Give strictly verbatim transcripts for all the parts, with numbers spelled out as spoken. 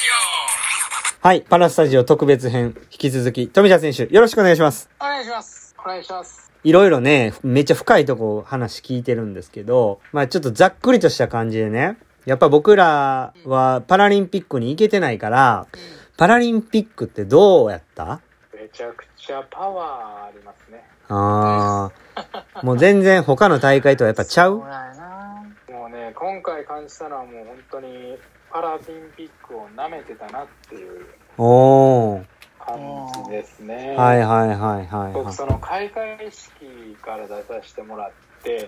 はい、パラスタジオ特別編、引き続き富田選手よろしくお願いします。 お願いしますお願いします。 いろいろね、めっちゃ深いとこ話聞いてるんですけど、まあちょっとざっくりとした感じでね、やっぱ僕らはパラリンピックに行けてないから、うん、パラリンピックってどうやった？ めちゃくちゃパワーありますね。 ああ、もう全然他の大会とはやっぱちゃう？ そうだよな。もうね、今回感じたのはもう本当にパラリンピックを舐めてたなっていうおー感じですね。 はいはいはいはい、はい、 僕その開会式から出させてもらって、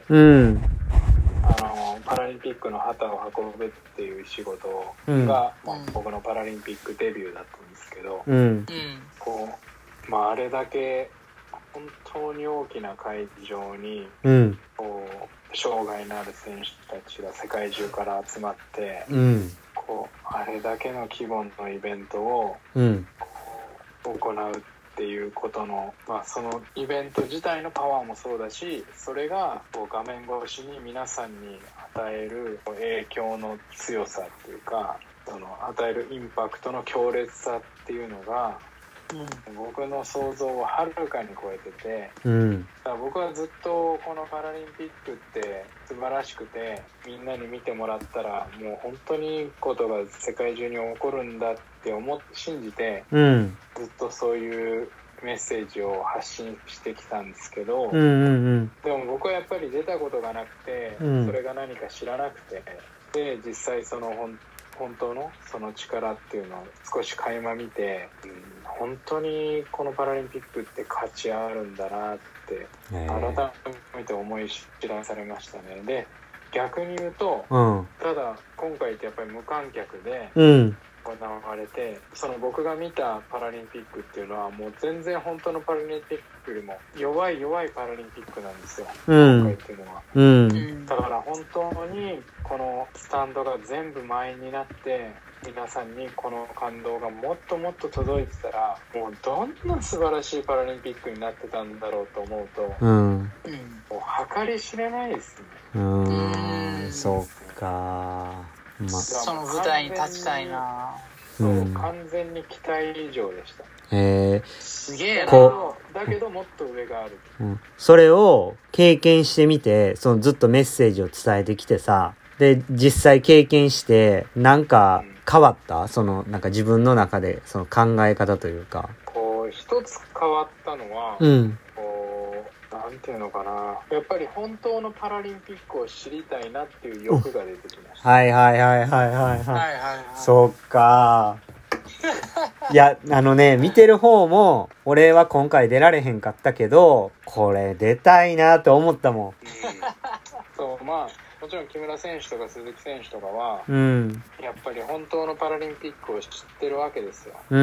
うん、 あのパラリンピックの旗を運ぶっていう仕事が、うんまあ、僕のパラリンピックデビューだったんですけど、うん、こうまあ、あれだけ本当に大きな会場に、うん、こう障害のある選手たちが世界中から集まって、うん、こうあれだけの規模のイベントを、うん、こう行うっていうことの、まあ、そのイベント自体のパワーもそうだし、それがこう画面越しに皆さんに与える影響の強さっていうか、その与えるインパクトの強烈さっていうのが、うん、僕の想像をはるかに超えてて、うん、だから僕はずっとこのパラリンピックって素晴らしくて、みんなに見てもらったらもう本当にいいことが世界中に起こるんだって思って信じて、うん、ずっとそういうメッセージを発信してきたんですけど、うんうんうん、でも僕はやっぱり出たことがなくて、うん、それが何か知らなくて、で実際その本本当のその力っていうのを少し垣間見て、うん、本当にこのパラリンピックって価値あるんだなって改めて思い知らされましたね。で逆に言うと、うん、ただ今回ってやっぱり無観客で行われて、うん、その僕が見たパラリンピックっていうのはもう全然本当のパラリンピックよりも弱い弱いパラリンピックなんですよ、うん、今回っていうのは、うん、だから本当にこのスタンドが全部満員になって皆さんにこの感動がもっともっと届いてたら、もうどんな素晴らしいパラリンピックになってたんだろうと思うと、うん、もう計り知れないですね。 うーん、そうか、 ま、その舞台に立ちたいな。そう、うん、完全に期待以上でした。 へえ、 すげえな。こうだけどもっと上がある、 うん、それを経験してみて、そのずっとメッセージを伝えてきてさ、で実際経験してなんか変わった、うん、そのなんか自分の中でその考え方というか、 こう一つ変わったのは、うん、こうなんていうのかな、やっぱり本当のパラリンピックを知りたいなっていう欲が出てきました。 はいはいはいはいはいはい、そうか。いや、あのね、見てる方も俺は今回出られへんかったけど、これ出たいなと思ったもん、うん、 そう、まあもちろん木村選手とか鈴木選手とかは、うん、やっぱり本当のパラリンピックを知ってるわけですよ、うん、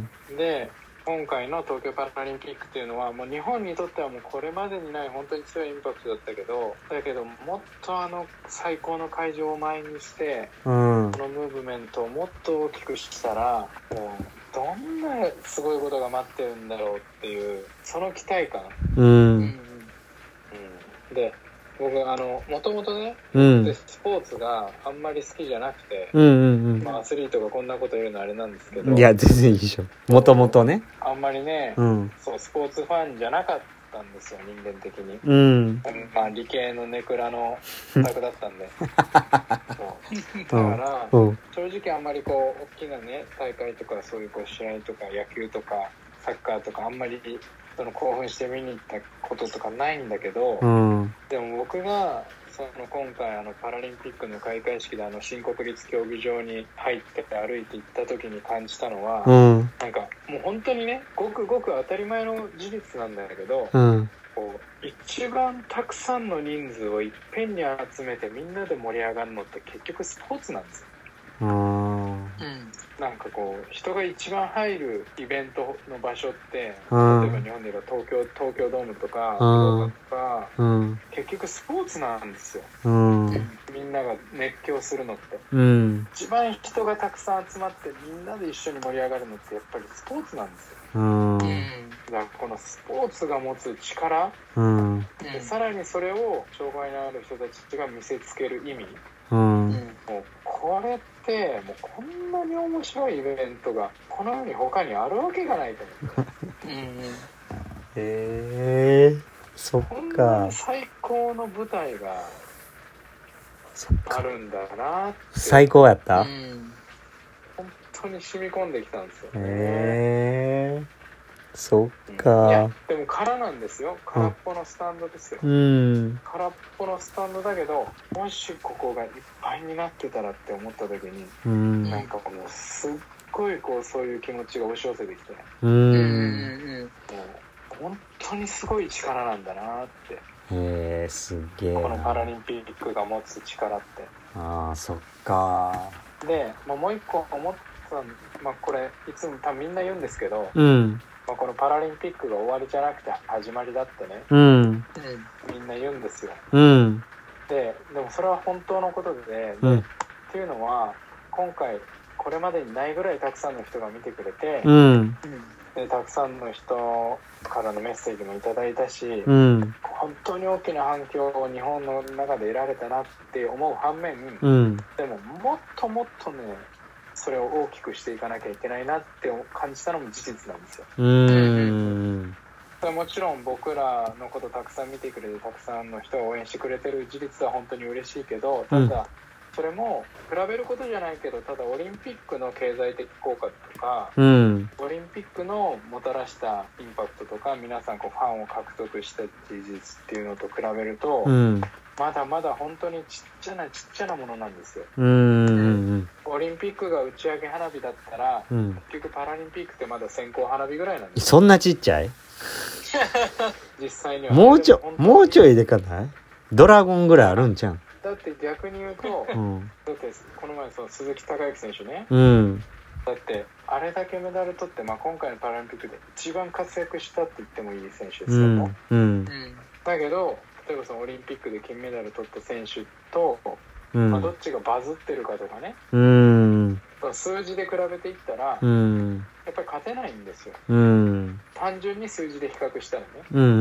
で今回の東京パラリンピックっていうのはもう日本にとってはもうこれまでにない本当に強いインパクトだったけど、だけどもっとあの最高の会場を前にして、うん、このムーブメントをもっと大きくしたらもうどんなすごいことが待ってるんだろうっていうその期待感、うんうんうん、で僕あのもともとね、うん、スポーツがあんまり好きじゃなくて、うんうんうん、まあ、アスリートがこんなこと言うのはあれなんですけど、 いや全然いいでしょ、もともとねあんまりね、うん、そうスポーツファンじゃなかったんですよ人間的に、うん、まあ、理系のネクラのオタクだったんでそうだから、うん、正直あんまりこう大きなね大会とかそういうこう試合とか野球とかサッカーとかあんまりその興奮して見に行ったこととかないんだけど、うん、でも僕がその今回あのパラリンピックの開会式であの新国立競技場に入って歩いて行った時に感じたのは、うん、なんかもう本当にねごくごく当たり前の事実なんだけど、うん、こう一番たくさんの人数をいっぺんに集めてみんなで盛り上がるのって結局スポーツなんですよ。うん、なんかこう人が一番入るイベントの場所って、例えば日本で言えば東京、東京ドームとかとか、うん、結局スポーツなんですよ、うん、みんなが熱狂するのって、うん、一番人がたくさん集まってみんなで一緒に盛り上がるのってやっぱりスポーツなんですよ、うん、だからこのスポーツが持つ力、うん、でさらにそれを障害のある人たちが見せつける意味、うん、もうこれってもうこんなに面白いイベントがこの世に他にあるわけがないと思ってうん、へえー、そっか。こんなに最高の舞台があるんだなって。 最高やった、うん、 本当に染み込んできたんですよね。 へえー、そっか、うん、いやでも空なんですよ。空っぽのスタンドですよ、 うん、 空っぽのスタンドだけど、もしここがいっぱいになってたらって思った時に、うん、なんかもうすっごいこうそういう気持ちが押し寄せてきて、うん、うん、もう本当にすごい力なんだなって。 へえ、すげえ。 このパラリンピックが持つ力って。 ああ、そっか。 で、まあ、もう一個思ったまあこれいつも多分みんな言うんですけど、 うん、 まあ、このパラリンピックが終わりじゃなくて始まりだってね、 うん、 みんな言うんですよ、 うん、 で, でもそれは本当のことで、うん、っていうのは今回これまでにないぐらいたくさんの人が見てくれて、 うん、 でたくさんの人からのメッセージもいただいたし、 うん、 本当に大きな反響を日本の中で得られたなって思う反面、 うん、 でももっともっとねそれを大きくしていかなきゃいけないなって感じたのも事実なんですよ。 うーん、 もちろん僕らのことたくさん見てくれてたくさんの人を応援してくれてる事実は本当に嬉しいけど、ただそれも比べることじゃないけど、ただオリンピックの経済的効果とか、 うん、 オリンピックのもたらしたインパクトとか、皆さんこうファンを獲得した事実っていうのと比べると、 うん、 まだまだ本当にちっちゃなちっちゃなものなんですよ。 うーん、 オリンピックが打ち上げ花火だったら、 うん、 結局パラリンピックってまだ先行花火ぐらいなんですよ。 そんなちっちゃい実際にはもうちょもうちょいでかない？ドラゴンぐらいあるんちゃう？ だって逆に言うと、うん、だってこの前その鈴木孝幸選手ね、 うん、 だってあれだけメダル取って、まあ、今回のパラリンピックで一番活躍したって言ってもいい選手ですよ、 うんうん、 だけど例えばそのオリンピックで金メダル取った選手と、うんまあ、どっちがバズってるかとかね、 うん、 数字で比べていったら、 うん、 やっぱり勝てないんですよ、 うん、 単純に数字で比較したらね、 うんうんうん、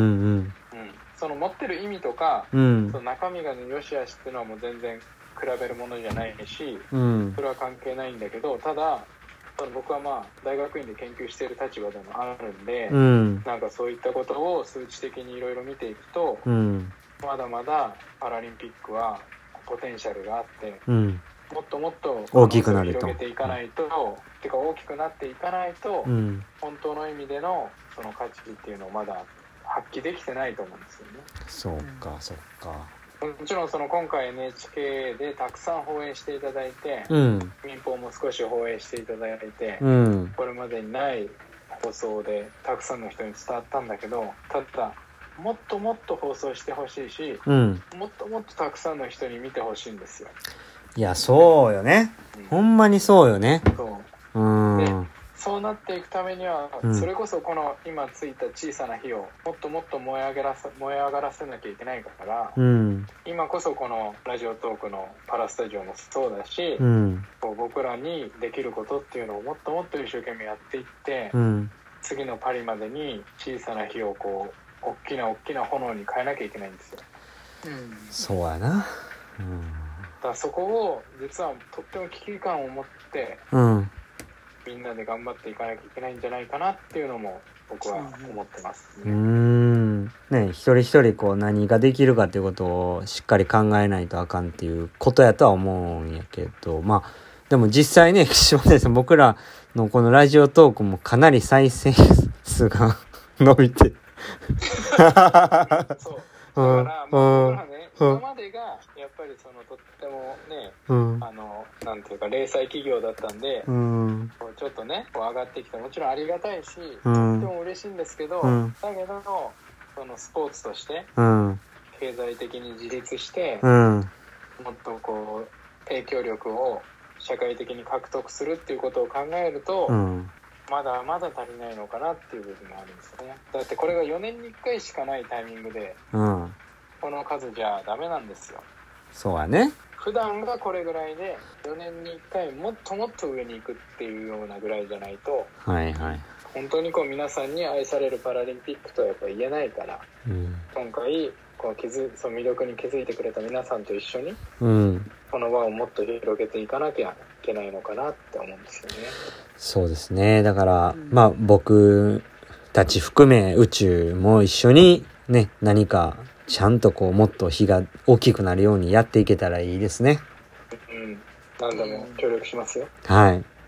その持ってる意味とか、うん、その中身が良し悪しっていうのはもう全然比べるものじゃないし、うん、それは関係ないんだけど、ただその僕はまあ大学院で研究している立場でもあるんで、うん、なんかそういったことを数値的にいろいろ見ていくと、うん、まだまだパラリンピックはポテンシャルがあって、うん、もっともっと大きくなると広げていかないと、うん、てか大きくなっていかないと、うん、本当の意味でのその価値っていうのをまだ発揮できてないと思うんですよね。 そうか、うん、そうか。 もちろんその今回 エヌエイチケー でたくさん放映していただいて、うん、民放も少し放映していただいて、うん、これまでにない放送でたくさんの人に伝わったんだけど、ただもっともっと放送してほしいし、うん、もっともっとたくさんの人に見てほしいんですよ。 いやそうよね、うん、ほんまにそうよね。 そう、うん、でそうなっていくためには、うん、それこそこの今ついた小さな火をもっともっと燃え上げらせ、燃え上がらせなきゃいけないから、うん、今こそこのラジオトークのパラスタジオもそうだし、うん、こう僕らにできることっていうのをもっともっと一生懸命やっていって、うん、次のパリまでに小さな火をこう大きな大きな炎に変えなきゃいけないんですよ、 うん、そうやな、うん、だからそこを実はとっても危機感を持って、うんみんなで頑張っていかなきゃいけないんじゃないかなっていうのも僕は思ってますね。 うーんね、一人一人こう何ができるかっていうことをしっかり考えないとあかんっていうことやとは思うんやけど、まあでも実際ね、岸本さん僕らのこのラジオトークもかなり再生数が伸びてそうだから僕らね、今までがやっぱりそのとってもね、うん、あのなんていうか零細企業だったんで、うん、ちょっとねこう上がってきてもちろんありがたいし、うん、とっても嬉しいんですけど、うん、だけどそのスポーツとして、うん、経済的に自立して、うん、もっとこう影響力を社会的に獲得するっていうことを考えると、うんまだまだ足りないのかなっていう部分もあるんですね。だってこれがよねんにいっかいしかないタイミングで、うん、この数じゃダメなんですよ。 そうやね。 普段がこれぐらいでよねんにいっかいもっともっと上に行くっていうようなぐらいじゃないと、 はいはい、 本当にこう皆さんに愛されるパラリンピックとはやっぱり言えないから、うん、今回こう気づその魅力に気づいてくれた皆さんと一緒に、うん、 この輪をもっと広げていかなきゃいけないのかなって思うんですよね。 そうですね。だから、うん、まあ僕たち含め宇宙も一緒にね、何かちゃんとこうもっと火が大きくなるようにやっていけたらいいですね。 うん、何でも協力しますよ。 はい。